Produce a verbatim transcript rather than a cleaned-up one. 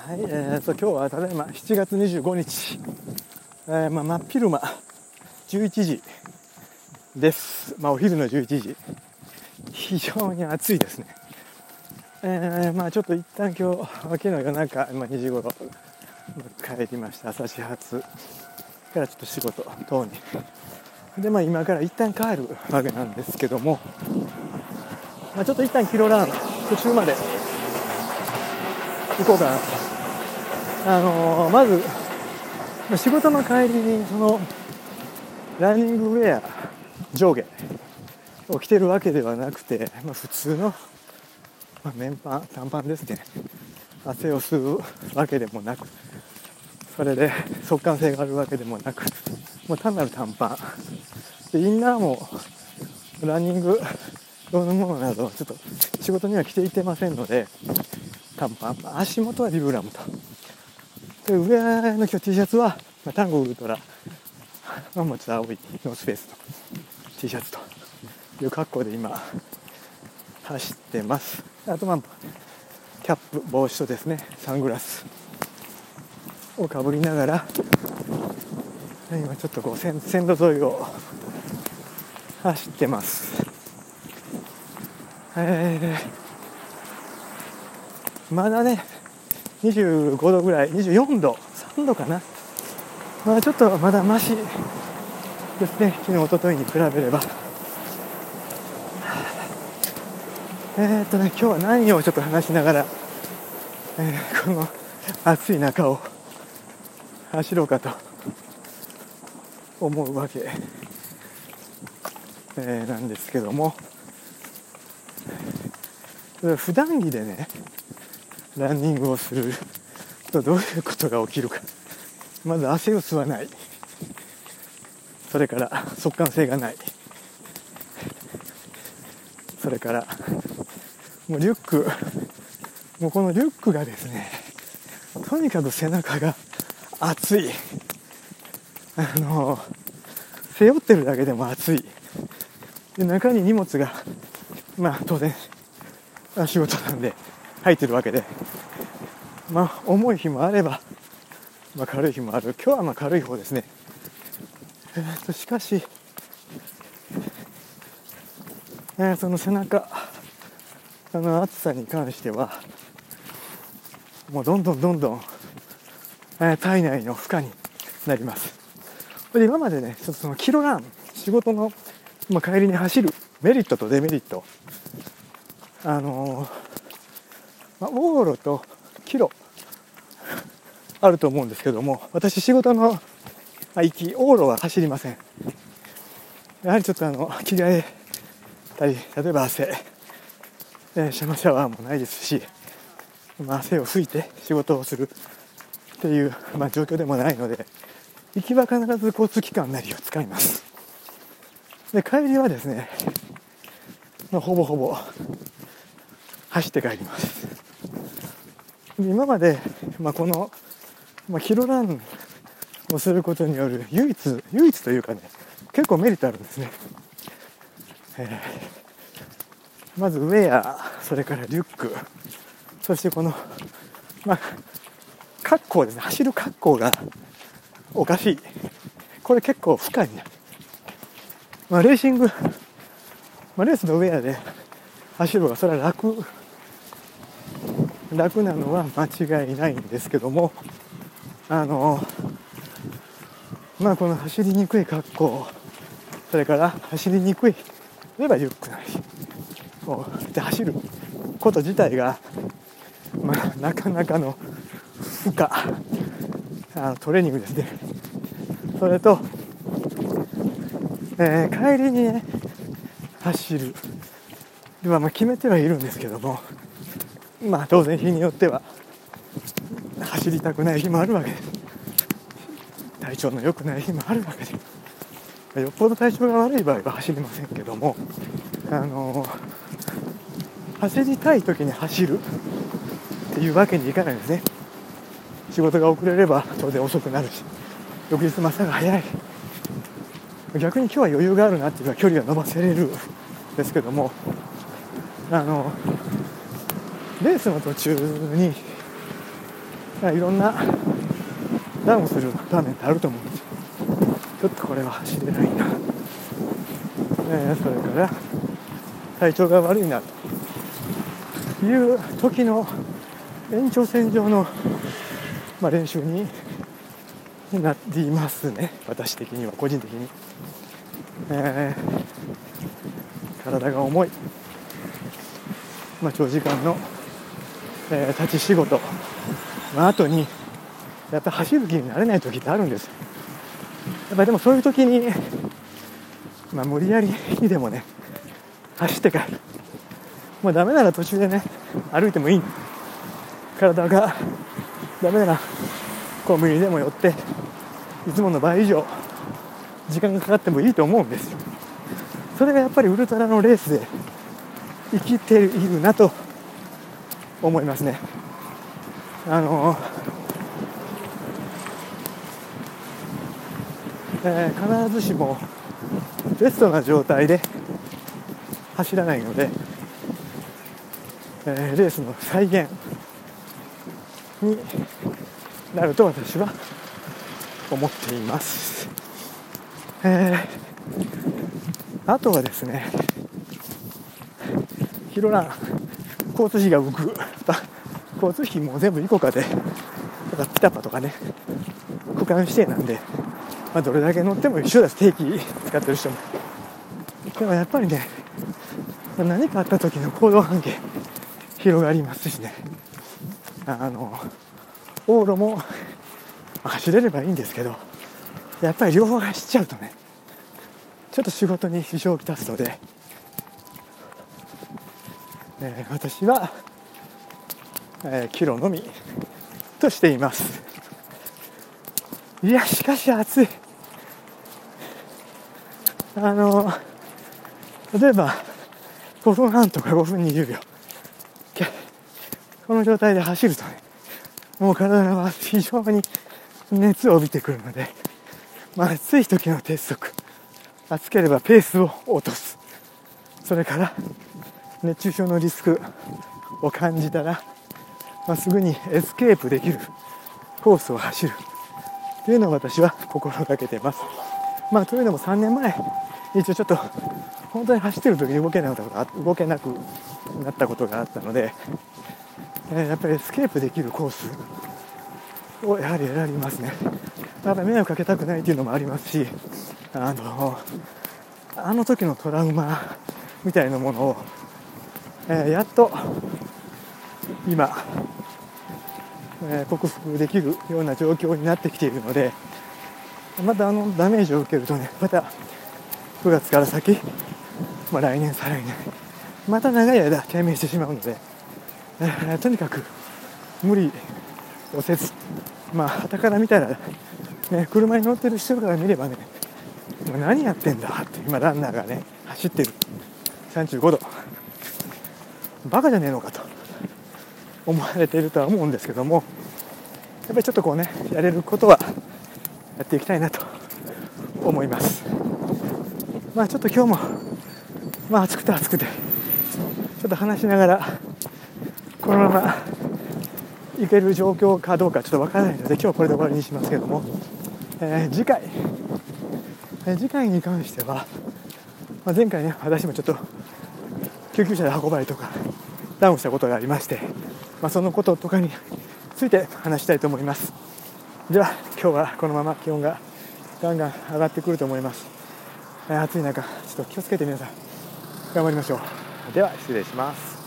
はい、えー、と今日はただいましちがつにじゅうごにち、えーまあ、真っ昼間じゅういちじです。まあ、お昼のじゅういちじ、非常に暑いですね。えー、まあちょっと一旦今日昨日夜中、まあ、にじ頃帰りました。朝始発からちょっと仕事等にで、まあ、今から一旦帰るわけなんですけども、まあ、ちょっと一旦キロラン途中まで行こうかなと。あのー、まず仕事の帰りにそのランニングウェア上下を着てるわけではなくて、まあ、普通の、まあ、綿パン短パンですね。汗を吸うわけでもなく、それで速乾性があるわけでもなく、もう単なる短パンで、インナーもランニング用のものなどちょっと仕事には着ていてませんので短パン、足元はリブラムと、で上の今日 T シャツは、まあ、タンゴウルトラ、まあ、もうちょっと青いノースフェイスの T シャツという格好で今走ってます。あとまあキャップ帽子とですねサングラスをかぶりながら今ちょっとこう線路沿いを走ってます。えー、まだねにじゅうごどぐらい、にじゅうよんど、さんどかな、まあ、ちょっとまだマシですね、昨日一昨日に比べれば。えーっとね今日は何をちょっと話しながら、えー、この暑い中を走ろうかと思うわけ、えー、なんですけども、普段着でねランニングをするとどういうことが起きるか。まず汗を吸わない、それから速乾性がない、それからもうリュック、もうこのリュックがですね、とにかく背中が熱い。あの背負ってるだけでも熱い。で中に荷物がまあ当然仕事なんで入ってるわけで、まあ重い日もあれば、まあ、軽い日もある。今日はまあ軽い方ですね。えー、としかし、えー、その背中あの暑さに関してはもうどんどんどんどん、えー、体内の負荷になります。で今までねちょっとそのキロラン、仕事の、まあ、帰りに走るメリットとデメリット、あのーまあ、往路とキロあると思うんですけども、私仕事の行き往路は走りません。やはりちょっとあの着替えたり、例えば汗、えー、シャワーシャワーもないですし、まあ、汗を拭いて仕事をするっていう、まあ、状況でもないので、行きは必ず交通機関なりを使います。で帰りはですね、まあ、ほぼほぼ走って帰ります。で今まで、まあ、この、まあ、キロランをすることによる唯一唯一というかね、結構メリットあるんですね。えー、まずウェア、それからリュック、そしてこのまあ格好ですね、走る格好がおかしい。これ結構負荷になる。まあレーシング、まあ、レースのウェアで走る方がそれは楽楽なのは間違いないんですけども、あのまあこの走りにくい格好、それから走りにくい、例えばリュックなりこうで走ること自体が、まあ、なかなかの負荷、あのトレーニングですね。それと、えー、帰りにね走るではまあ決めてはいるんですけども、まあ当然日によっては走りたくない日もあるわけです。体調の良くない日もあるわけで、よっぽど体調が悪い場合は走りませんけども、あのー、走りたい時に走るっていうわけにいかないですね。仕事が遅れれば当然遅くなるし、翌日も朝が早い。逆に今日は余裕があるなっていうのは距離が伸ばせれるんですけども、あのレースの途中にいろんなダウンする場面ってあると思うんですよ。ちょっとこれは走れないな、えー、それから体調が悪いなという時の延長線上の、まあ、練習になっていますね。私的には、個人的に、えー、体が重い、まあ、長時間の、えー、立ち仕事の後にやっぱり走る気になれない時ってあるんです。やっぱりでもそういう時に、まあ、無理やりにでもね走って帰る。もうダメなら途中でね歩いてもいい。体がダメならコンビニでも寄っていつもの倍以上時間がかかってもいいと思うんですよ。それがやっぱりウルトラのレースで生きているなと思いますね。あのえー、必ずしもベストな状態で走らないので、えー、レースの再現になると私は思っています。えー、あとはですね、ヒロラン交通費が浮く交通費も全部イコカでとかピタパとかね区間指定なんで、まあ、どれだけ乗っても一緒です。定期使ってる人も。でもやっぱりね、何かあった時の行動半径広がりますしね、あの往路も走れればいいんですけど、やっぱり両方走っちゃうとねちょっと仕事に支障をきたすので、えー、私は、えー、キロのみとしています。いやしかし暑い。あの例えばごふんはんとかごふんにじゅうびょうこの状態で走るとね、もう体は非常に熱を帯びてくるので、まあ、暑い時の鉄則、暑ければペースを落とす、それから熱中症のリスクを感じたら、まあ、すぐにエスケープできるコースを走るというのを私は心がけています。まあ、というのもさんねんまえ一応ちょっと本当に走ってる時に動けなかったことが動けなくなったことがあったので、えー、やっぱりエスケープできるコースをやはり選びますね。やっぱり迷惑かけたくないというのもありますし、あのあの時のトラウマみたいなものを、えー、やっと今、えー、克服できるような状況になってきているので、またあのダメージを受けるとね、またくがつから先、まあ、来年再来年また長い間低迷してしまうので、えー、とにかく無理をせず、まあ傍から見たら、ね、車に乗ってる人から見ればね、何やってんだって、今ランナーがね走ってるさんじゅうごどバカじゃねえのかと思われているとは思うんですけども、やっぱりちょっとこうねやれることはやっていきたいなと思います。まあちょっと今日もまあ暑くて暑くてちょっと話しながらこのままいける状況かどうかちょっとわからないので、今日はこれで終わりにしますけども、えー、次回、えー、次回に関しては、まあ、前回ね私もちょっと救急車で運ばれとかダウンしたことがありまして、まあ、そのこととかについて話したいと思います。では今日はこのまま気温がガンガン上がってくると思います。えー、暑い中ちょっと気をつけて皆さん頑張りましょう。では失礼します。